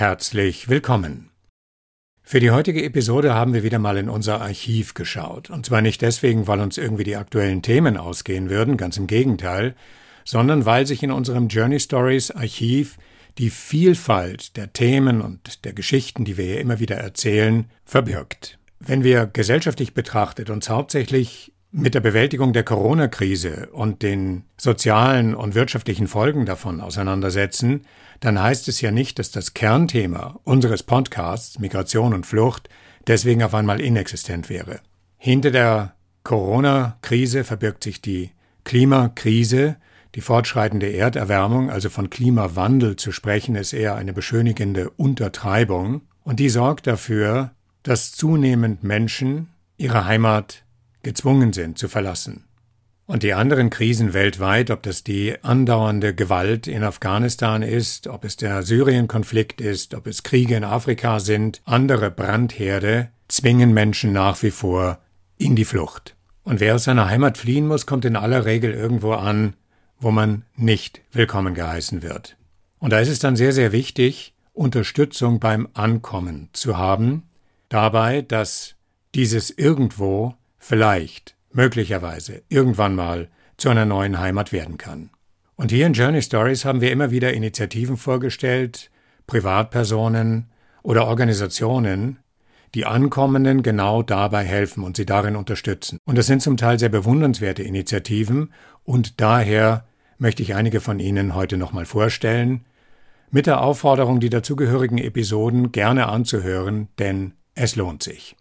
Herzlich willkommen. Für die heutige Episode haben wir wieder mal in unser Archiv geschaut. Und zwar nicht deswegen, weil uns irgendwie die aktuellen Themen ausgehen würden, ganz im Gegenteil, sondern weil sich in unserem Journey Stories Archiv die Vielfalt der Themen und der Geschichten, die wir hier immer wieder erzählen, verbirgt. Wenn wir gesellschaftlich betrachtet uns hauptsächlich mit der Bewältigung der Corona-Krise und den sozialen und wirtschaftlichen Folgen davon auseinandersetzen, dann heißt es ja nicht, dass das Kernthema unseres Podcasts Migration und Flucht deswegen auf einmal inexistent wäre. Hinter der Corona-Krise verbirgt sich die Klimakrise. Die fortschreitende Erderwärmung, also von Klimawandel zu sprechen, ist eher eine beschönigende Untertreibung. Und die sorgt dafür, dass zunehmend Menschen ihre Heimat gezwungen sind zu verlassen. Und die anderen Krisen weltweit, ob das die andauernde Gewalt in Afghanistan ist, ob es der Syrien-Konflikt ist, ob es Kriege in Afrika sind, andere Brandherde zwingen Menschen nach wie vor in die Flucht. Und wer aus seiner Heimat fliehen muss, kommt in aller Regel irgendwo an, wo man nicht willkommen geheißen wird. Und da ist es dann sehr, sehr wichtig, Unterstützung beim Ankommen zu haben, dabei, dass dieses Irgendwo vielleicht, möglicherweise, irgendwann mal zu einer neuen Heimat werden kann. Und hier in Journey Stories haben wir immer wieder Initiativen vorgestellt, Privatpersonen oder Organisationen, die Ankommenden genau dabei helfen und sie darin unterstützen. Und das sind zum Teil sehr bewundernswerte Initiativen und daher möchte ich einige von Ihnen heute nochmal vorstellen, mit der Aufforderung, die dazugehörigen Episoden gerne anzuhören, denn es lohnt sich.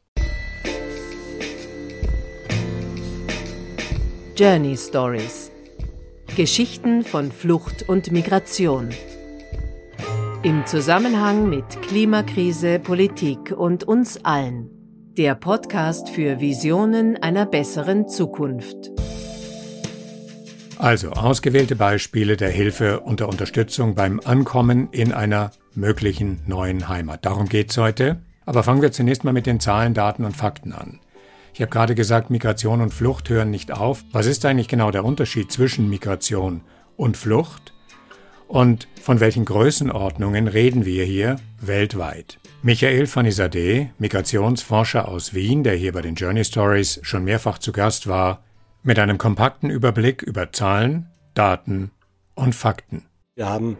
Journey Stories. Geschichten von Flucht und Migration. Im Zusammenhang mit Klimakrise, Politik und uns allen. Der Podcast für Visionen einer besseren Zukunft. Also ausgewählte Beispiele der Hilfe und der Unterstützung beim Ankommen in einer möglichen neuen Heimat. Darum geht's heute. Aber fangen wir zunächst mal mit den Zahlen, Daten und Fakten an. Ich habe gerade gesagt, Migration und Flucht hören nicht auf. Was ist eigentlich genau der Unterschied zwischen Migration und Flucht? Und von welchen Größenordnungen reden wir hier weltweit? Michael Vanizadeh, Migrationsforscher aus Wien, der hier bei den Journey Stories schon mehrfach zu Gast war, mit einem kompakten Überblick über Zahlen, Daten und Fakten. Wir haben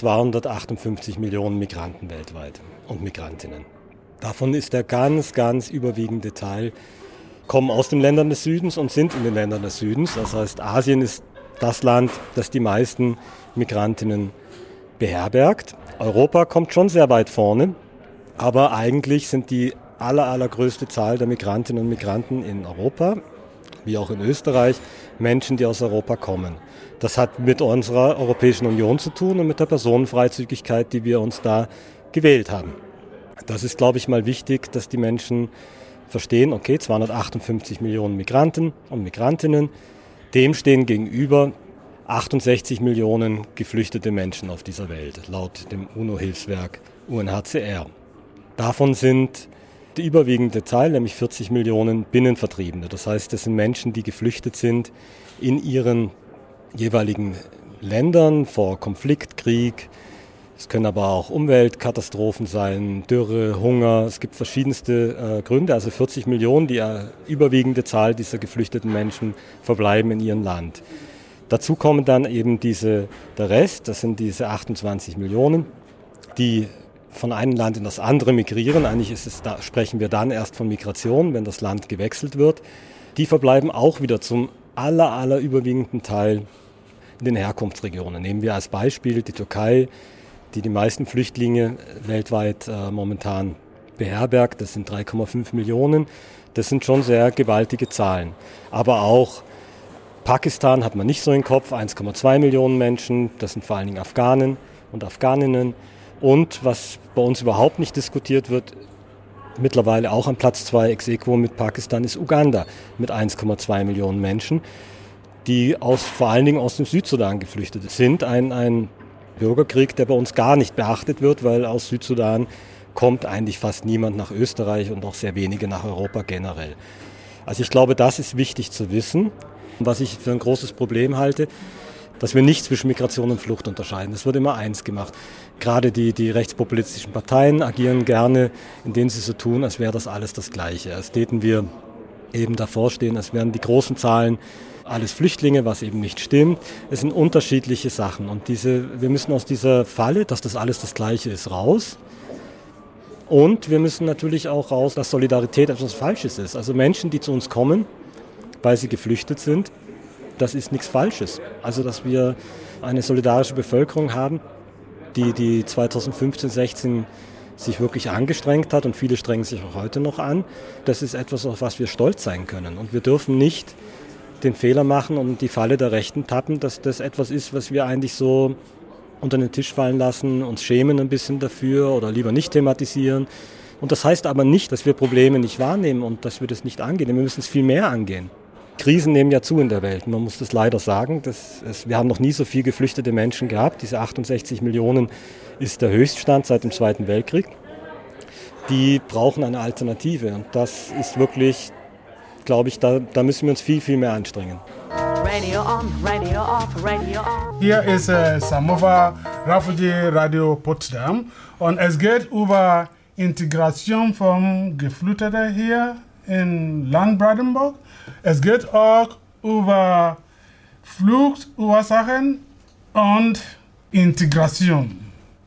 258 Millionen Migranten weltweit und Migrantinnen. Davon ist der ganz überwiegende Teil kommen aus den Ländern des Südens und sind in den Ländern des Südens. Das heißt, Asien ist das Land, das die meisten Migrantinnen beherbergt. Europa kommt schon sehr weit vorne, aber eigentlich sind die allergrößte Zahl der Migrantinnen und Migranten in Europa, wie auch in Österreich, Menschen, die aus Europa kommen. Das hat mit unserer Europäischen Union zu tun und mit der Personenfreizügigkeit, die wir uns da gewählt haben. Das ist, glaube ich, mal wichtig, dass die Menschen verstehen, okay, 258 Millionen Migranten und Migrantinnen, dem stehen gegenüber 68 Millionen geflüchtete Menschen auf dieser Welt, laut dem UNO-Hilfswerk UNHCR. Davon sind die überwiegende Zahl, nämlich 40 Millionen Binnenvertriebene. Das heißt, das sind Menschen, die geflüchtet sind in ihren jeweiligen Ländern vor Konflikt, Krieg. Es können aber auch Umweltkatastrophen sein, Dürre, Hunger. Es gibt verschiedenste Gründe. Also 40 Millionen, die überwiegende Zahl dieser geflüchteten Menschen verbleiben in ihrem Land. Dazu kommen dann eben der Rest, das sind diese 28 Millionen, die von einem Land in das andere migrieren. Eigentlich sprechen wir dann erst von Migration, wenn das Land gewechselt wird. Die verbleiben auch wieder zum aller überwiegenden Teil in den Herkunftsregionen. Nehmen wir als Beispiel die Türkei, die meisten Flüchtlinge weltweit momentan beherbergt. Das sind 3,5 Millionen. Das sind schon sehr gewaltige Zahlen. Aber auch Pakistan hat man nicht so im Kopf, 1,2 Millionen Menschen. Das sind vor allen Dingen Afghanen und Afghaninnen. Und was bei uns überhaupt nicht diskutiert wird, mittlerweile auch an Platz 2 ex aequo mit Pakistan, ist Uganda mit 1,2 Millionen Menschen, die vor allen Dingen aus dem Südsudan geflüchtet sind. Ein Bürgerkrieg, der bei uns gar nicht beachtet wird, weil aus Südsudan kommt eigentlich fast niemand nach Österreich und auch sehr wenige nach Europa generell. Also ich glaube, das ist wichtig zu wissen. Was ich für ein großes Problem halte, dass wir nicht zwischen Migration und Flucht unterscheiden. Es wird immer eins gemacht. Gerade die rechtspopulistischen Parteien agieren gerne, indem sie so tun, als wäre das alles das Gleiche. Als täten wir eben davor stehen, als wären die großen Zahlen alles Flüchtlinge, was eben nicht stimmt. Es sind unterschiedliche Sachen und wir müssen aus dieser Falle, dass das alles das Gleiche ist, raus. Und wir müssen natürlich auch raus, dass Solidarität etwas Falsches ist. Also Menschen, die zu uns kommen, weil sie geflüchtet sind, das ist nichts Falsches. Also dass wir eine solidarische Bevölkerung haben, die 2015, 16 sich wirklich angestrengt hat und viele strengen sich auch heute noch an. Das ist etwas, auf was wir stolz sein können. Und wir dürfen nicht den Fehler machen und die Falle der Rechten tappen, dass das etwas ist, was wir eigentlich so unter den Tisch fallen lassen, uns schämen ein bisschen dafür oder lieber nicht thematisieren. Und das heißt aber nicht, dass wir Probleme nicht wahrnehmen und dass wir das nicht angehen. Wir müssen es viel mehr angehen. Krisen nehmen ja zu in der Welt. Man muss das leider sagen. Wir haben noch nie so viel geflüchtete Menschen gehabt. Diese 68 Millionen ist der Höchststand seit dem Zweiten Weltkrieg. Die brauchen eine Alternative. Und das ist wirklich, glaube ich, da müssen wir uns viel, viel mehr anstrengen. Radio on, radio off, radio on. Hier ist Samovar Refugee Radio Potsdam und es geht über Integration von Geflüchteten hier in Land Brandenburg. Es geht auch über Fluchtursachen und Integration.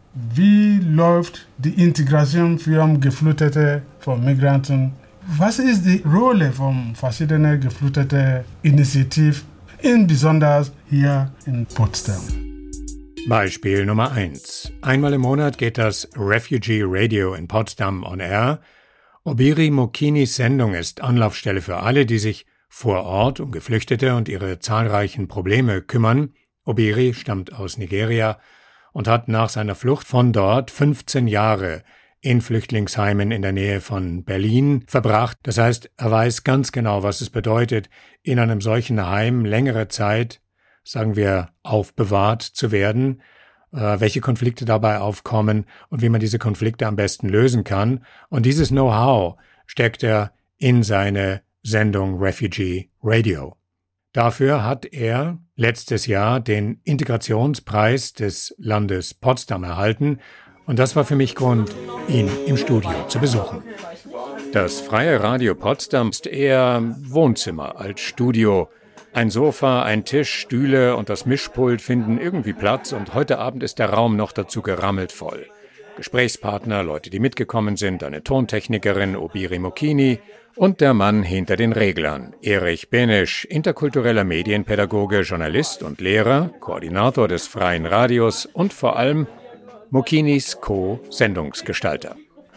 Wie läuft die Integration für Geflüchtete von Migranten? Was ist die Rolle von verschiedenen geflüchteten Initiativen, insbesondere hier in Potsdam? Beispiel Nummer 1. Einmal im Monat geht das Refugee Radio in Potsdam on Air. Obiri Mokinis Sendung ist Anlaufstelle für alle, die sich vor Ort um Geflüchtete und ihre zahlreichen Probleme kümmern. Obiri stammt aus Nigeria und hat nach seiner Flucht von dort 15 Jahre in Flüchtlingsheimen in der Nähe von Berlin verbracht. Das heißt, er weiß ganz genau, was es bedeutet, in einem solchen Heim längere Zeit, sagen wir, aufbewahrt zu werden, welche Konflikte dabei aufkommen und wie man diese Konflikte am besten lösen kann. Und dieses Know-how steckt er in seine Sendung Refugee Radio. Dafür hat er letztes Jahr den Integrationspreis des Landes Potsdam erhalten. Und das war für mich Grund, ihn im Studio zu besuchen. Das Freie Radio Potsdam ist eher Wohnzimmer als Studio. Ein Sofa, ein Tisch, Stühle und das Mischpult finden irgendwie Platz und heute Abend ist der Raum noch dazu gerammelt voll. Gesprächspartner, Leute, die mitgekommen sind, eine Tontechnikerin, Obiri Mokini und der Mann hinter den Reglern, Erich Benisch, interkultureller Medienpädagoge, Journalist und Lehrer, Koordinator des Freien Radios und vor allem Mokinis Co-Sendungsgestalter.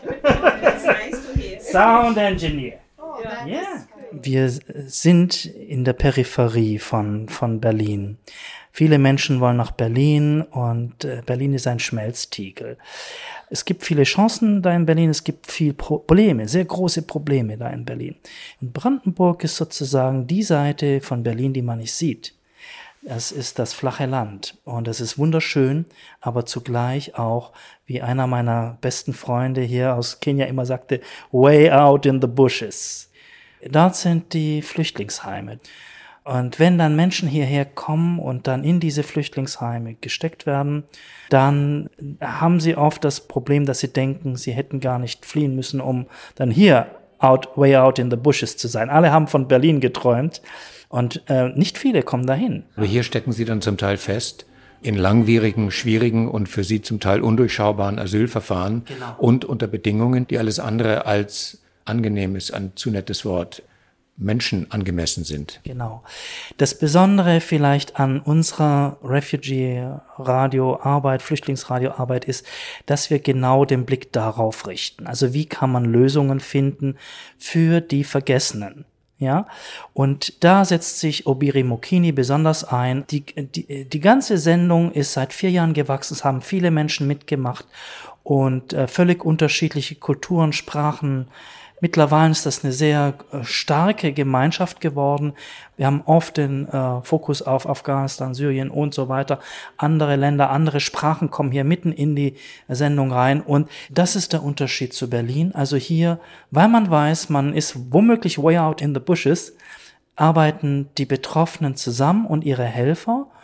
Sound Engineer. Yeah. Wir sind in der Peripherie von Berlin. Viele Menschen wollen nach Berlin und Berlin ist ein Schmelztiegel. Es gibt viele Chancen da in Berlin, es gibt viele Probleme, sehr große Probleme da in Berlin. Und Brandenburg ist sozusagen die Seite von Berlin, die man nicht sieht. Es ist das flache Land und es ist wunderschön, aber zugleich auch, wie einer meiner besten Freunde hier aus Kenia immer sagte, way out in the bushes. Dort sind die Flüchtlingsheime. Und wenn dann Menschen hierher kommen und dann in diese Flüchtlingsheime gesteckt werden, dann haben sie oft das Problem, dass sie denken, sie hätten gar nicht fliehen müssen, um dann hier way out in the bushes zu sein. Alle haben von Berlin geträumt und nicht viele kommen dahin. Aber hier stecken sie dann zum Teil fest in langwierigen, schwierigen und für sie zum Teil undurchschaubaren Asylverfahren. Genau. Und unter Bedingungen, die alles andere als angenehm ist, ein zu nettes Wort, Menschen angemessen sind. Genau. Das Besondere vielleicht an unserer Refugee-Radio-Arbeit, Flüchtlingsradio-Arbeit ist, dass wir genau den Blick darauf richten. Also wie kann man Lösungen finden für die Vergessenen? Ja, und da setzt sich Obiri Mokini besonders ein. Die ganze Sendung ist seit 4 Jahren gewachsen, es haben viele Menschen mitgemacht und völlig unterschiedliche Kulturen, Sprachen. Mittlerweile ist das eine sehr starke Gemeinschaft geworden. Wir haben oft den Fokus auf Afghanistan, Syrien und so weiter. Andere Länder, andere Sprachen kommen hier mitten in die Sendung rein. Und das ist der Unterschied zu Berlin. Also hier, weil man weiß, man ist womöglich way out in the bushes, arbeiten die Betroffenen zusammen und ihre Helfer.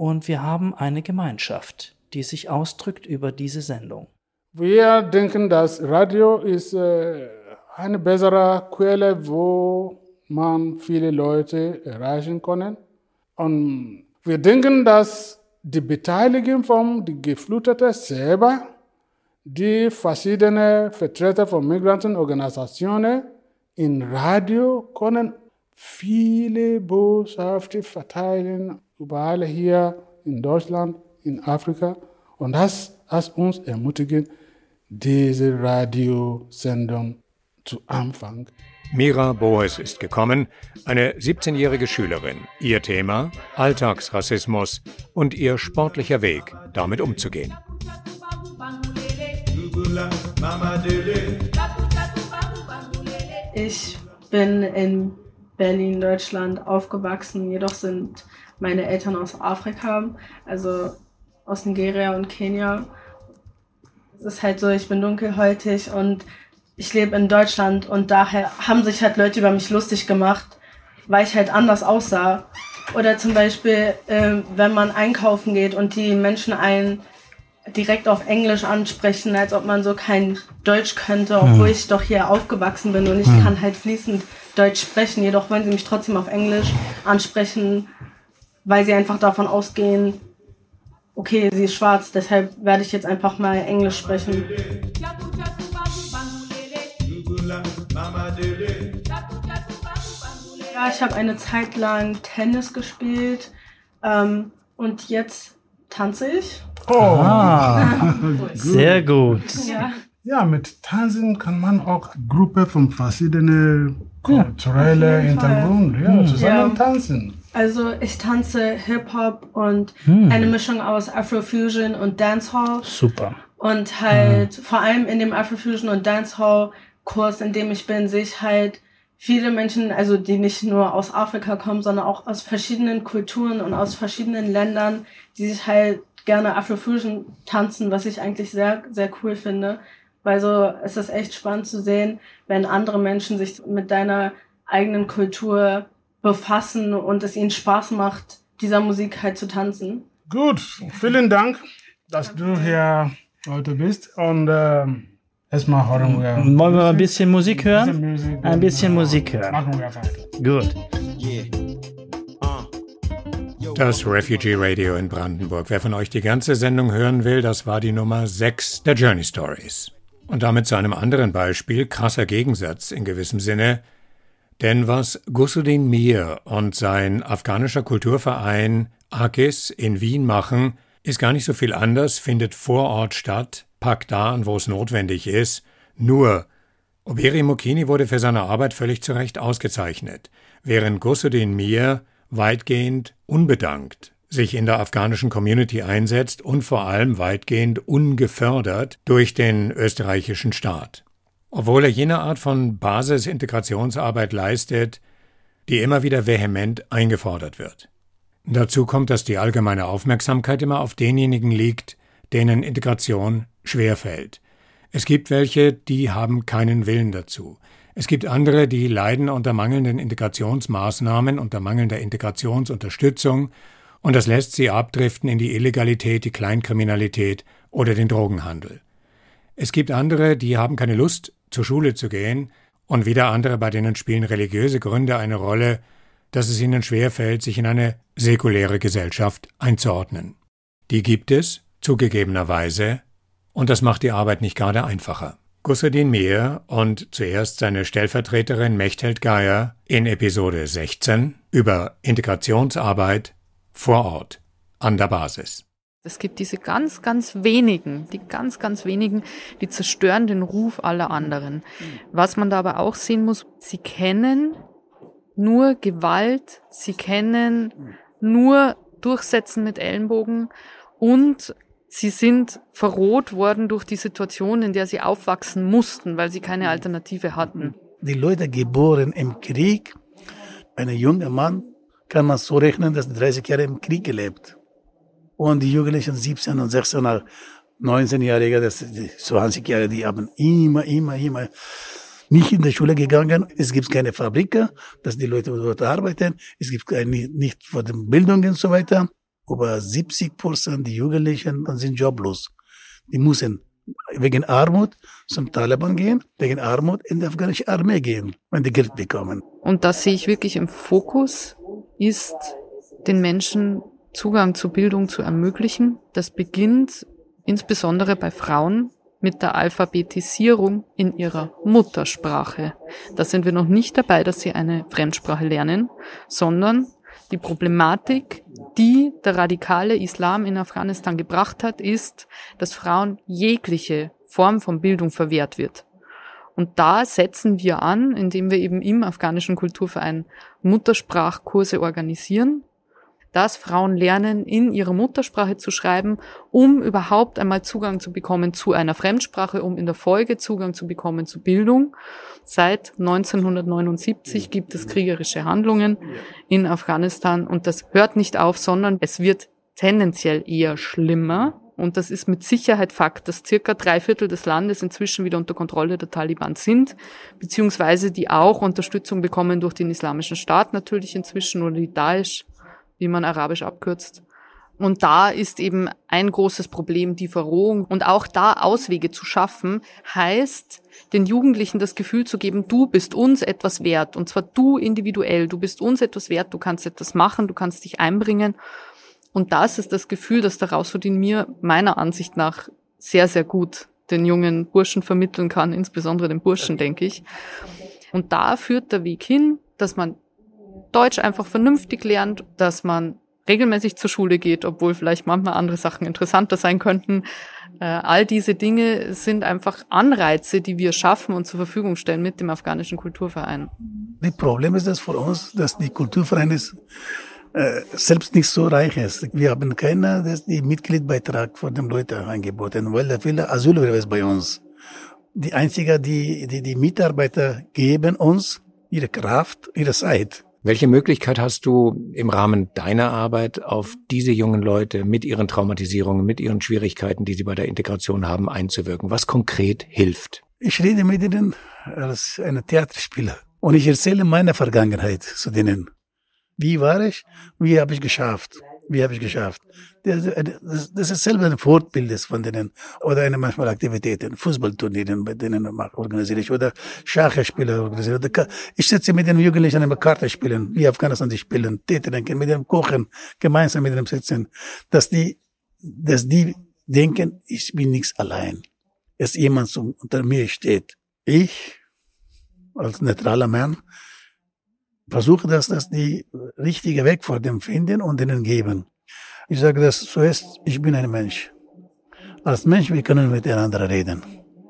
und wir haben eine Gemeinschaft, die sich ausdrückt über diese Sendung. Wir denken, dass Radio ist eine bessere Quelle, wo man viele Leute erreichen kann. Und wir denken, dass die Beteiligung von den Geflüchteten selber, die verschiedenen Vertreter von Migrantenorganisationen in Radio können viele Botschaften verteilen, überall hier in Deutschland, in Afrika. Und das hat uns ermutigt, diese Radiosendung zu anfangen. Mira Boes ist gekommen, eine 17-jährige Schülerin. Ihr Thema: Alltagsrassismus und ihr sportlicher Weg, damit umzugehen. Ich bin in Berlin, Deutschland aufgewachsen, jedoch sind meine Eltern aus Afrika, also aus Nigeria und Kenia. Es ist halt so, ich bin dunkelhäutig und ich lebe in Deutschland und daher haben sich halt Leute über mich lustig gemacht, weil ich halt anders aussah. Oder zum Beispiel, wenn man einkaufen geht und die Menschen einen direkt auf Englisch ansprechen, als ob man so kein Deutsch könnte, obwohl ich doch hier aufgewachsen bin und ich kann halt fließend Deutsch sprechen. Jedoch wollen sie mich trotzdem auf Englisch ansprechen, weil sie einfach davon ausgehen, okay, sie ist schwarz, deshalb werde ich jetzt einfach mal Englisch sprechen. Ja, ich habe eine Zeit lang Tennis gespielt und jetzt tanze ich. Oh, sehr gut. Ja. Ja, mit Tanzen kann man auch Gruppen von verschiedenen kulturellen Hintergründen zusammen tanzen. Also ich tanze Hip-Hop und eine Mischung aus Afrofusion und Dancehall. Super. Und halt vor allem in dem Afrofusion und Dancehall-Kurs, in dem ich bin, sehe ich halt viele Menschen, also die nicht nur aus Afrika kommen, sondern auch aus verschiedenen Kulturen und aus verschiedenen Ländern, die sich halt gerne Afrofusion tanzen, was ich eigentlich sehr, sehr cool finde. Weil so es ist echt spannend zu sehen, wenn andere Menschen sich mit deiner eigenen Kultur befassen und es ihnen Spaß macht, dieser Musik halt zu tanzen. Gut, vielen Dank, dass du hier heute bist. Und erstmal hören wir. Wollen wir ein bisschen Musik hören? Ein bisschen Musik hören. Machen wir weiter. Gut. Das Refugee Radio in Brandenburg. Wer von euch die ganze Sendung hören will, das war die Nummer 6 der Journey Stories. Und damit zu einem anderen Beispiel, krasser Gegensatz in gewissem Sinne. Denn was Ghusuddin Mir und sein afghanischer Kulturverein AKIS in Wien machen, ist gar nicht so viel anders, findet vor Ort statt, packt da an, wo es notwendig ist. Nur, Oberi Mokini wurde für seine Arbeit völlig zu Recht ausgezeichnet, während Ghusuddin Mir weitgehend unbedankt sich in der afghanischen Community einsetzt und vor allem weitgehend ungefördert durch den österreichischen Staat. Obwohl er jene Art von Basis-Integrationsarbeit leistet, die immer wieder vehement eingefordert wird. Dazu kommt, dass die allgemeine Aufmerksamkeit immer auf denjenigen liegt, denen Integration schwerfällt. Es gibt welche, die haben keinen Willen dazu. Es gibt andere, die leiden unter mangelnden Integrationsmaßnahmen, unter mangelnder Integrationsunterstützung, und das lässt sie abdriften in die Illegalität, die Kleinkriminalität oder den Drogenhandel. Es gibt andere, die haben keine Lust, zur Schule zu gehen, und wieder andere, bei denen spielen religiöse Gründe eine Rolle, dass es ihnen schwerfällt, sich in eine säkuläre Gesellschaft einzuordnen. Die gibt es, zugegebenerweise, und das macht die Arbeit nicht gerade einfacher. Ghusuddin Mir und zuerst seine Stellvertreterin Mechthild Geier in Episode 16 über Integrationsarbeit vor Ort, an der Basis. Es gibt diese ganz wenigen, die zerstören den Ruf aller anderen. Was man da aber auch sehen muss, sie kennen nur Gewalt, sie kennen nur Durchsetzen mit Ellenbogen und sie sind verroht worden durch die Situation, in der sie aufwachsen mussten, weil sie keine Alternative hatten. Die Leute geboren im Krieg, ein junger Mann, kann man so rechnen, dass 30 Jahre im Krieg gelebt. Und die Jugendlichen 17 und 16, 19-Jährige, 20-Jährige, die haben immer nicht in die Schule gegangen. Es gibt keine Fabriken, dass die Leute dort arbeiten. Es gibt nicht von der Bildung und so weiter. über 70% die Jugendlichen sind joblos. Die müssen wegen Armut zum Taliban gehen, wegen Armut in die afghanische Armee gehen, wenn die Geld bekommen. Und das sehe ich wirklich im Fokus, ist den Menschen Zugang zu Bildung zu ermöglichen. Das beginnt insbesondere bei Frauen mit der Alphabetisierung in ihrer Muttersprache. Da sind wir noch nicht dabei, dass sie eine Fremdsprache lernen, sondern die Problematik, die der radikale Islam in Afghanistan gebracht hat, ist, dass Frauen jegliche Form von Bildung verwehrt wird. Und da setzen wir an, indem wir eben im afghanischen Kulturverein Muttersprachkurse organisieren, dass Frauen lernen, in ihrer Muttersprache zu schreiben, um überhaupt einmal Zugang zu bekommen zu einer Fremdsprache, um in der Folge Zugang zu bekommen zu Bildung. Seit 1979 gibt es kriegerische Handlungen in Afghanistan und das hört nicht auf, sondern es wird tendenziell eher schlimmer. Und das ist mit Sicherheit Fakt, dass circa 3/4 des Landes inzwischen wieder unter Kontrolle der Taliban sind, beziehungsweise die auch Unterstützung bekommen durch den Islamischen Staat natürlich inzwischen oder die Daesh, wie man arabisch abkürzt. Und da ist eben ein großes Problem die Verrohung. Und auch da Auswege zu schaffen, heißt, den Jugendlichen das Gefühl zu geben, du bist uns etwas wert. Und zwar du individuell, du bist uns etwas wert, du kannst etwas machen, du kannst dich einbringen. Und das ist das Gefühl, das der Rausverdien mir meiner Ansicht nach sehr, sehr gut den jungen Burschen vermitteln kann, insbesondere den Burschen, denke ich. Und da führt der Weg hin, dass man Deutsch einfach vernünftig lernt, dass man regelmäßig zur Schule geht, obwohl vielleicht manchmal andere Sachen interessanter sein könnten. All diese Dinge sind einfach Anreize, die wir schaffen und zur Verfügung stellen mit dem afghanischen Kulturverein. Das Problem ist das für uns, dass die Kulturverein selbst nicht so reich ist. Wir haben keinen Mitgliedbeitrag von den Leuten angeboten, weil da viele Asylbewerber ist bei uns. Die einzigen, die Mitarbeiter geben uns ihre Kraft, ihre Zeit. Welche Möglichkeit hast du im Rahmen deiner Arbeit auf diese jungen Leute mit ihren Traumatisierungen, mit ihren Schwierigkeiten, die sie bei der Integration haben, einzuwirken? Was konkret hilft? Ich rede mit ihnen als ein Theaterspieler und ich erzähle meine Vergangenheit zu denen. Wie war ich? Wie habe ich geschafft? Das ist selber ein Fortbild von denen. Oder manchmal Aktivitäten, Fußballturnieren, bei denen organisiere ich. Oder Schachspieler organisiere ich. Ich sitze mit den Jugendlichen immer Karte spielen, wie Afghanistan die spielen, Tee trinken, mit dem kochen, gemeinsam mit dem sitzen. Dass die denken, ich bin nichts allein. Dass jemand unter mir steht. Ich, als neutraler Mann, versuche, dass die richtige Weg vor dem finden und denen geben. Ich sage das zuerst, ich bin ein Mensch. Als Mensch, wir können miteinander reden.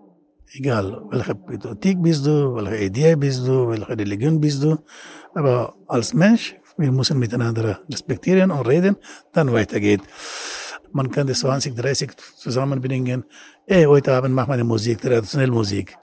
Egal, welche Politik bist du, welche Idee bist du, welche Religion bist du. Aber als Mensch, wir müssen miteinander respektieren und reden, dann weitergeht. Man kann das 20, 30 zusammenbringen. Heute Abend machen wir eine Musik, traditionelle Musik.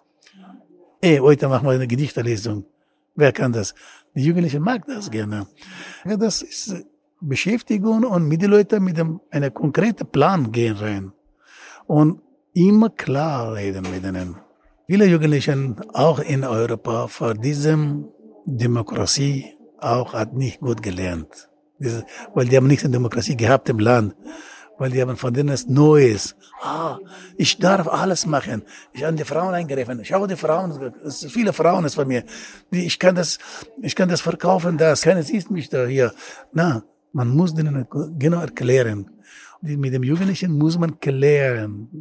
Heute machen wir eine Gedichterlesung. Wer kann das? Die Jugendlichen mag das gerne. Ja, das ist Beschäftigung und mit den Leuten mit einem konkreten Plan gehen rein. Und immer klar reden mit ihnen. Viele Jugendlichen, auch in Europa, vor diesem Demokratie auch hat nicht gut gelernt. Weil die haben nicht eine Demokratie gehabt im Land. Weil die haben von denen es Neues. Ich darf alles machen. Ich habe die Frauen eingegriffen. Schau, die Frauen, viele Frauen ist von mir. Ich kann das verkaufen, das. Keiner sieht mich da hier. Na, man muss denen genau erklären. Mit dem Jugendlichen muss man klären.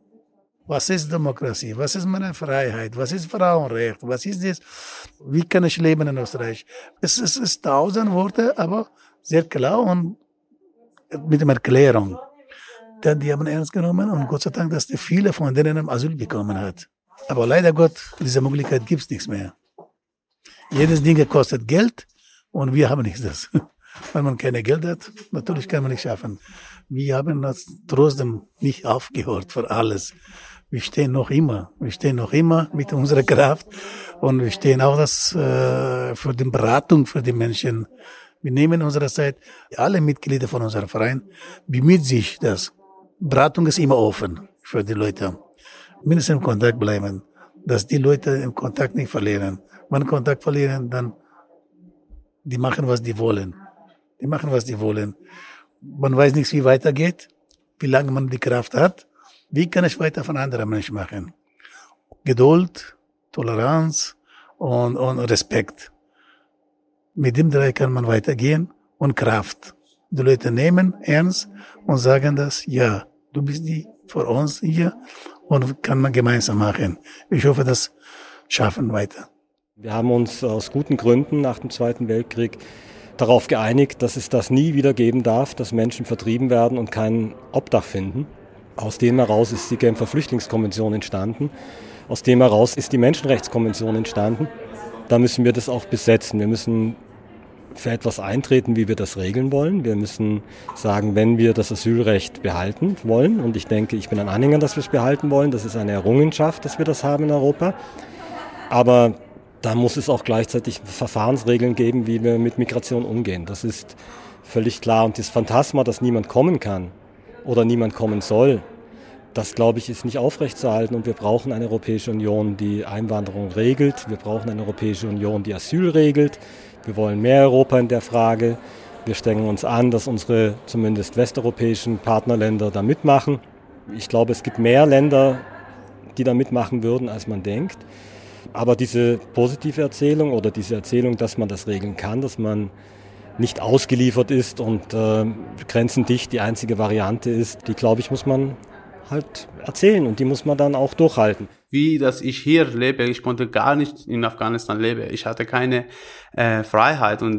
Was ist Demokratie? Was ist meine Freiheit? Was ist Frauenrecht? Was ist das? Wie kann ich leben in Österreich? Es ist 1000 Worte, aber sehr klar und mit der Erklärung. Die haben ernst genommen und Gott sei Dank, dass die viele von denen Asyl bekommen hat. Aber leider Gott, diese Möglichkeit gibt es nichts mehr. Jedes Ding kostet Geld und wir haben nichts das. Wenn man keine Geld hat, natürlich kann man nicht schaffen. Wir haben das trotzdem nicht aufgehört für alles. Wir stehen noch immer mit unserer Kraft und wir stehen auch für die Beratung für die Menschen. Wir nehmen unsere Zeit, alle Mitglieder von unserem Verein bemühen sich, dass Beratung ist immer offen für die Leute. Mindestens im Kontakt bleiben, dass die Leute im Kontakt nicht verlieren. Wenn Kontakt verlieren, dann die machen, was die wollen. man weiß nicht, wie weitergeht, wie lange man die Kraft hat. Wie kann ich weiter von anderen Menschen machen? Geduld, Toleranz und Respekt. Mit dem drei kann man weitergehen und Kraft. Die Leute nehmen ernst und sagen das, ja, du bist die für uns hier und kann man gemeinsam machen. Ich hoffe, das schaffen weiter. Wir haben uns aus guten Gründen nach dem Zweiten Weltkrieg darauf geeinigt, dass es das nie wieder geben darf, dass Menschen vertrieben werden und kein Obdach finden. Aus dem heraus ist die Genfer Flüchtlingskonvention entstanden. Aus dem heraus ist die Menschenrechtskonvention entstanden. Da müssen wir das auch besetzen. Wir müssen für etwas eintreten, wie wir das regeln wollen. Wir müssen sagen, wenn wir das Asylrecht behalten wollen, und ich denke, ich bin ein Anhänger, dass wir es behalten wollen, das ist eine Errungenschaft, dass wir das haben in Europa. Aber da muss es auch gleichzeitig Verfahrensregeln geben, wie wir mit Migration umgehen. Das ist völlig klar. Und das Phantasma, dass niemand kommen kann oder niemand kommen soll, das, glaube ich, ist nicht aufrechtzuerhalten. Und wir brauchen eine Europäische Union, die Einwanderung regelt. Wir brauchen eine Europäische Union, die Asyl regelt. Wir wollen mehr Europa in der Frage. Wir strengen uns an, dass unsere zumindest westeuropäischen Partnerländer da mitmachen. Ich glaube, es gibt mehr Länder, die da mitmachen würden, als man denkt. Aber diese positive Erzählung oder diese Erzählung, dass man das regeln kann, dass man nicht ausgeliefert ist und grenzendicht die einzige Variante ist, die, glaube ich, muss man halt erzählen und die muss man dann auch durchhalten. Wie, dass ich hier lebe, ich konnte gar nicht in Afghanistan leben. Ich hatte keine Freiheit und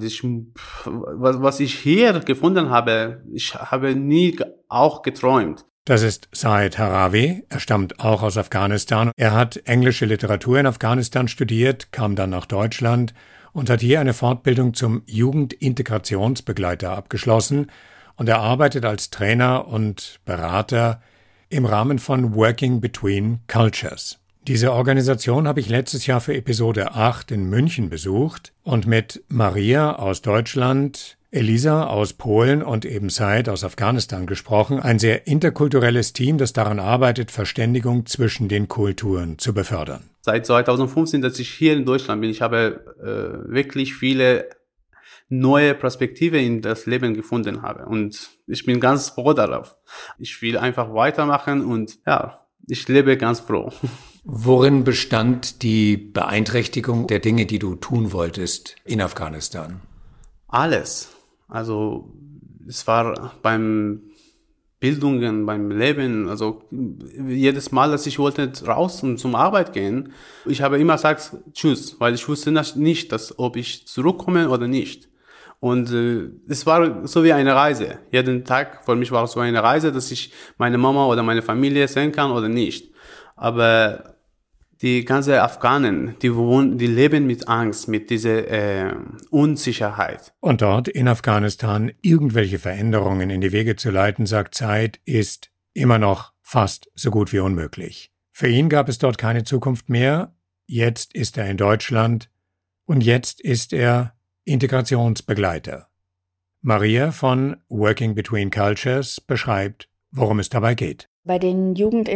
was ich hier gefunden habe, ich habe nie auch geträumt. Das ist Said Harawi, er stammt auch aus Afghanistan. Er hat englische Literatur in Afghanistan studiert, kam dann nach Deutschland und hat hier eine Fortbildung zum Jugendintegrationsbegleiter abgeschlossen und er arbeitet als Trainer und Berater im Rahmen von Working Between Cultures. Diese Organisation habe ich letztes Jahr für Episode 8 in München besucht und mit Maria aus Deutschland, Elisa aus Polen und eben Said aus Afghanistan gesprochen. Ein sehr interkulturelles Team, das daran arbeitet, Verständigung zwischen den Kulturen zu befördern. Seit 2015, dass ich hier in Deutschland bin, ich habe wirklich viele neue Perspektiven in das Leben gefunden habe. Und ich bin ganz froh darauf. Ich will einfach weitermachen und ja, ich lebe ganz froh. Worin bestand die Beeinträchtigung der Dinge, die du tun wolltest in Afghanistan? Alles. Also es war beim Bildungen, beim Leben, also jedes Mal, dass ich wollte raus und zum Arbeit gehen, ich habe immer gesagt, tschüss, weil ich wusste nicht, ob ich zurückkomme oder nicht. Und es war so wie eine Reise. Jeden Tag für mich war es so eine Reise, dass ich meine Mama oder meine Familie sehen kann oder nicht. Aber die ganze Afghanen, die leben mit Angst, mit dieser Unsicherheit. Und dort in Afghanistan irgendwelche Veränderungen in die Wege zu leiten, sagt Said, ist immer noch fast so gut wie unmöglich. Für ihn gab es dort keine Zukunft mehr. Jetzt ist er in Deutschland und jetzt ist er Integrationsbegleiter. Maria von Working Between Cultures beschreibt, worum es dabei geht. Bei den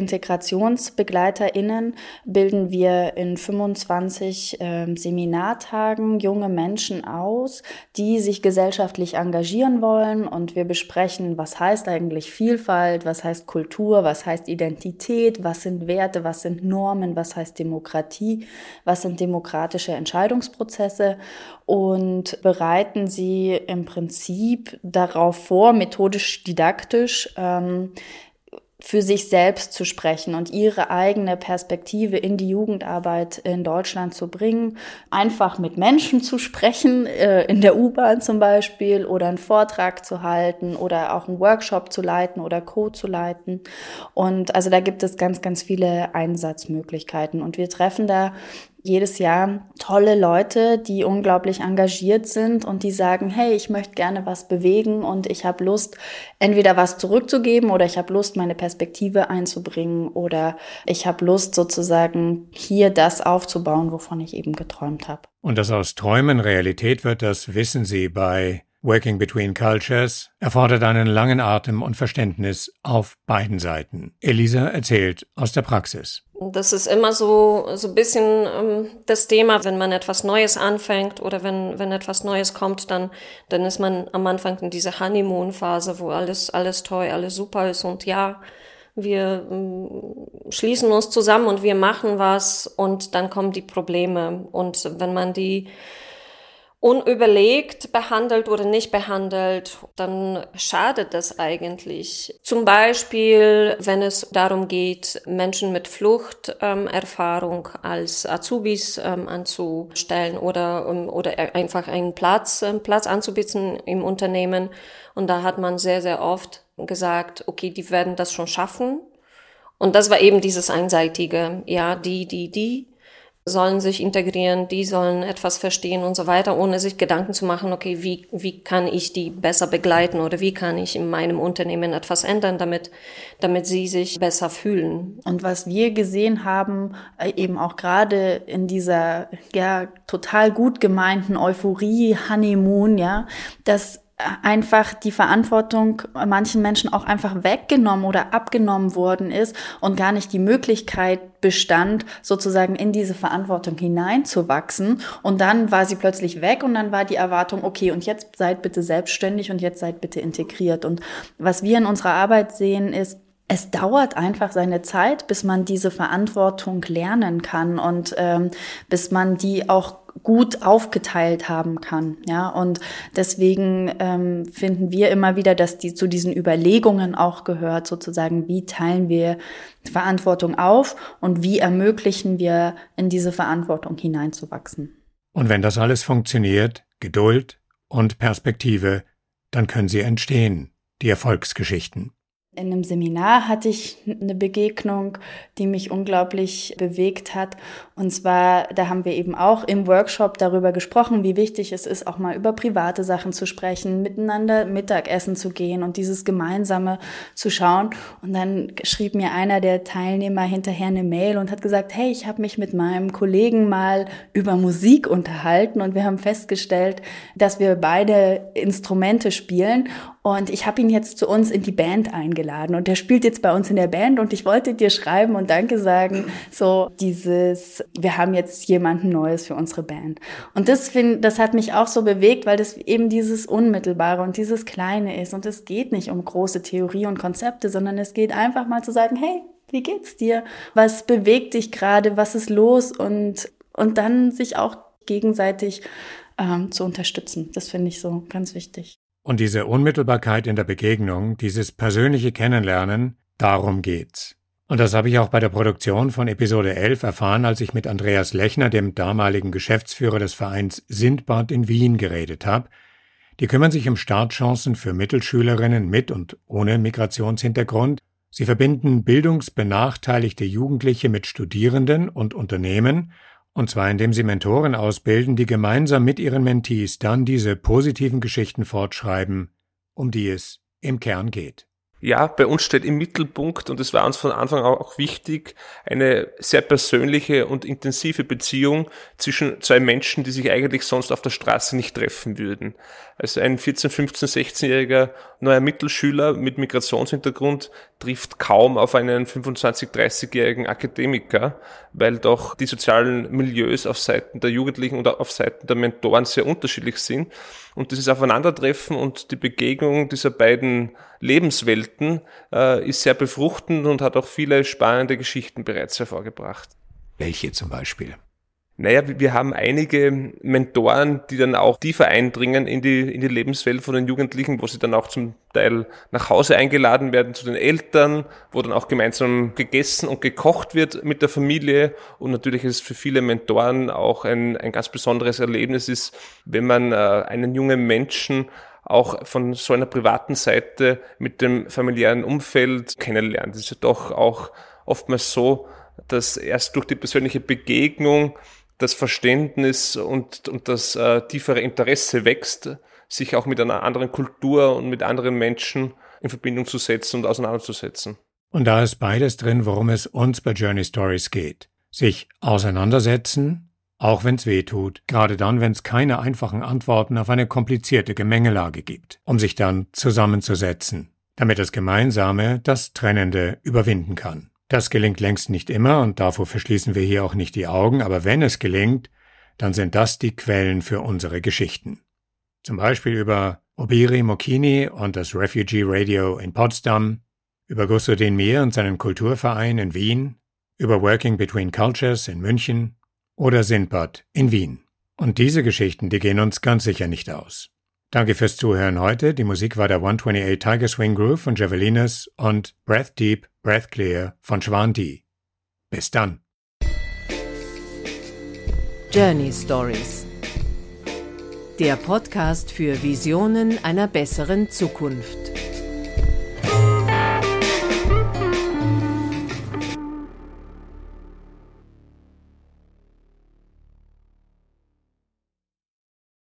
JugendintegrationsbegleiterInnen bilden wir in 25 Seminartagen junge Menschen aus, die sich gesellschaftlich engagieren wollen. Und wir besprechen, was heißt eigentlich Vielfalt, was heißt Kultur, was heißt Identität, was sind Werte, was sind Normen, was heißt Demokratie, was sind demokratische Entscheidungsprozesse und bereiten sie im Prinzip darauf vor, methodisch, didaktisch, für sich selbst zu sprechen und ihre eigene Perspektive in die Jugendarbeit in Deutschland zu bringen. Einfach mit Menschen zu sprechen, in der U-Bahn zum Beispiel, oder einen Vortrag zu halten oder auch einen Workshop zu leiten oder Co. zu leiten. Und also da gibt es ganz, ganz viele Einsatzmöglichkeiten. Und wir treffen da jedes Jahr tolle Leute, die unglaublich engagiert sind und die sagen, hey, ich möchte gerne was bewegen und ich habe Lust, entweder was zurückzugeben oder ich habe Lust, meine Perspektive einzubringen oder ich habe Lust, sozusagen hier das aufzubauen, wovon ich eben geträumt habe. Und dass aus Träumen Realität wird, das wissen Sie bei Working Between Cultures erfordert einen langen Atem und Verständnis auf beiden Seiten. Elisa erzählt aus der Praxis. Das ist immer so ein bisschen das Thema, wenn man etwas Neues anfängt oder wenn etwas Neues kommt, dann ist man am Anfang in dieser Honeymoon-Phase, wo alles toll, alles super ist und ja, wir schließen uns zusammen und wir machen was und dann kommen die Probleme. Und wenn man die unüberlegt behandelt oder nicht behandelt, dann schadet das eigentlich. Zum Beispiel, wenn es darum geht, Menschen mit Fluchterfahrung als Azubis anzustellen oder einfach einen Platz anzubieten im Unternehmen. Und da hat man sehr, sehr oft gesagt, okay, die werden das schon schaffen. Und das war eben dieses Einseitige, ja, die sollen sich integrieren, die sollen etwas verstehen und so weiter, ohne sich Gedanken zu machen, okay, wie kann ich die besser begleiten oder wie kann ich in meinem Unternehmen etwas ändern, damit sie sich besser fühlen. Und was wir gesehen haben, eben auch gerade in dieser ja total gut gemeinten Euphorie, Honeymoon, ja, dass einfach die Verantwortung manchen Menschen auch einfach weggenommen oder abgenommen worden ist und gar nicht die Möglichkeit bestand, sozusagen in diese Verantwortung hineinzuwachsen. Und dann war sie plötzlich weg und dann war die Erwartung, okay, und jetzt seid bitte selbstständig und jetzt seid bitte integriert. Und was wir in unserer Arbeit sehen ist, es dauert einfach seine Zeit, bis man diese Verantwortung lernen kann und bis man die auch gut aufgeteilt haben kann, ja, und deswegen finden wir immer wieder, dass die zu diesen Überlegungen auch gehört, sozusagen, wie teilen wir Verantwortung auf und wie ermöglichen wir, in diese Verantwortung hineinzuwachsen. Und wenn das alles funktioniert, Geduld und Perspektive, dann können sie entstehen, die Erfolgsgeschichten. In einem Seminar hatte ich eine Begegnung, die mich unglaublich bewegt hat. Und zwar, da haben wir eben auch im Workshop darüber gesprochen, wie wichtig es ist, auch mal über private Sachen zu sprechen, miteinander Mittagessen zu gehen und dieses Gemeinsame zu schauen. Und dann schrieb mir einer der Teilnehmer hinterher eine Mail und hat gesagt, hey, ich habe mich mit meinem Kollegen mal über Musik unterhalten und wir haben festgestellt, dass wir beide Instrumente spielen. Und ich habe ihn jetzt zu uns in die Band eingeladen und der spielt jetzt bei uns in der Band und ich wollte dir schreiben und Danke sagen, so wir haben jetzt jemanden Neues für unsere Band. Und das hat mich auch so bewegt, weil das eben dieses Unmittelbare und dieses Kleine ist und es geht nicht um große Theorie und Konzepte, sondern es geht einfach mal zu sagen, hey, wie geht's dir? Was bewegt dich gerade? Was ist los? Und dann sich auch gegenseitig zu unterstützen. Das finde ich so ganz wichtig. Und diese Unmittelbarkeit in der Begegnung, dieses persönliche Kennenlernen, darum geht's. Und das habe ich auch bei der Produktion von Episode 11 erfahren, als ich mit Andreas Lechner, dem damaligen Geschäftsführer des Vereins Sindbad in Wien, geredet habe. Die kümmern sich um Startchancen für Mittelschülerinnen mit und ohne Migrationshintergrund. Sie verbinden bildungsbenachteiligte Jugendliche mit Studierenden und Unternehmen, und zwar indem sie Mentoren ausbilden, die gemeinsam mit ihren Mentees dann diese positiven Geschichten fortschreiben, um die es im Kern geht. Ja, bei uns steht im Mittelpunkt, und es war uns von Anfang an auch wichtig, eine sehr persönliche und intensive Beziehung zwischen zwei Menschen, die sich eigentlich sonst auf der Straße nicht treffen würden. Also ein 14-, 15-, 16-jähriger neuer Mittelschüler mit Migrationshintergrund trifft kaum auf einen 25-, 30-jährigen Akademiker, weil doch die sozialen Milieus auf Seiten der Jugendlichen und auf Seiten der Mentoren sehr unterschiedlich sind. Und dieses Aufeinandertreffen und die Begegnung dieser beiden Lebenswelten ist sehr befruchtend und hat auch viele spannende Geschichten bereits hervorgebracht. Welche zum Beispiel? Naja, wir haben einige Mentoren, die dann auch tiefer eindringen in die Lebenswelt von den Jugendlichen, wo sie dann auch zum Teil nach Hause eingeladen werden zu den Eltern, wo dann auch gemeinsam gegessen und gekocht wird mit der Familie. Und natürlich ist es für viele Mentoren auch ein ganz besonderes Erlebnis ist, wenn man einen jungen Menschen auch von so einer privaten Seite mit dem familiären Umfeld kennenlernt. Das ist ja doch auch oftmals so, dass erst durch die persönliche Begegnung das Verständnis und das tiefere Interesse wächst, sich auch mit einer anderen Kultur und mit anderen Menschen in Verbindung zu setzen und auseinanderzusetzen. Und da ist beides drin, worum es uns bei Journey Stories geht. Sich auseinandersetzen Auch wenn's weh tut, gerade dann, wenn's keine einfachen Antworten auf eine komplizierte Gemengelage gibt, um sich dann zusammenzusetzen, damit das Gemeinsame das Trennende überwinden kann. Das gelingt längst nicht immer und davor verschließen wir hier auch nicht die Augen, aber wenn es gelingt, dann sind das die Quellen für unsere Geschichten. Zum Beispiel über Obiri Mokini und das Refugee Radio in Potsdam, über Gusto Denmier und seinen Kulturverein in Wien, über Working Between Cultures in München oder Sindbad in Wien. Und diese Geschichten, die gehen uns ganz sicher nicht aus. Danke fürs Zuhören heute. Die Musik war der 128 Tiger Swing Groove von Javelinas und Breath Deep, Breath Clear von Schwan D. Bis dann. Journey Stories. Der Podcast für Visionen einer besseren Zukunft.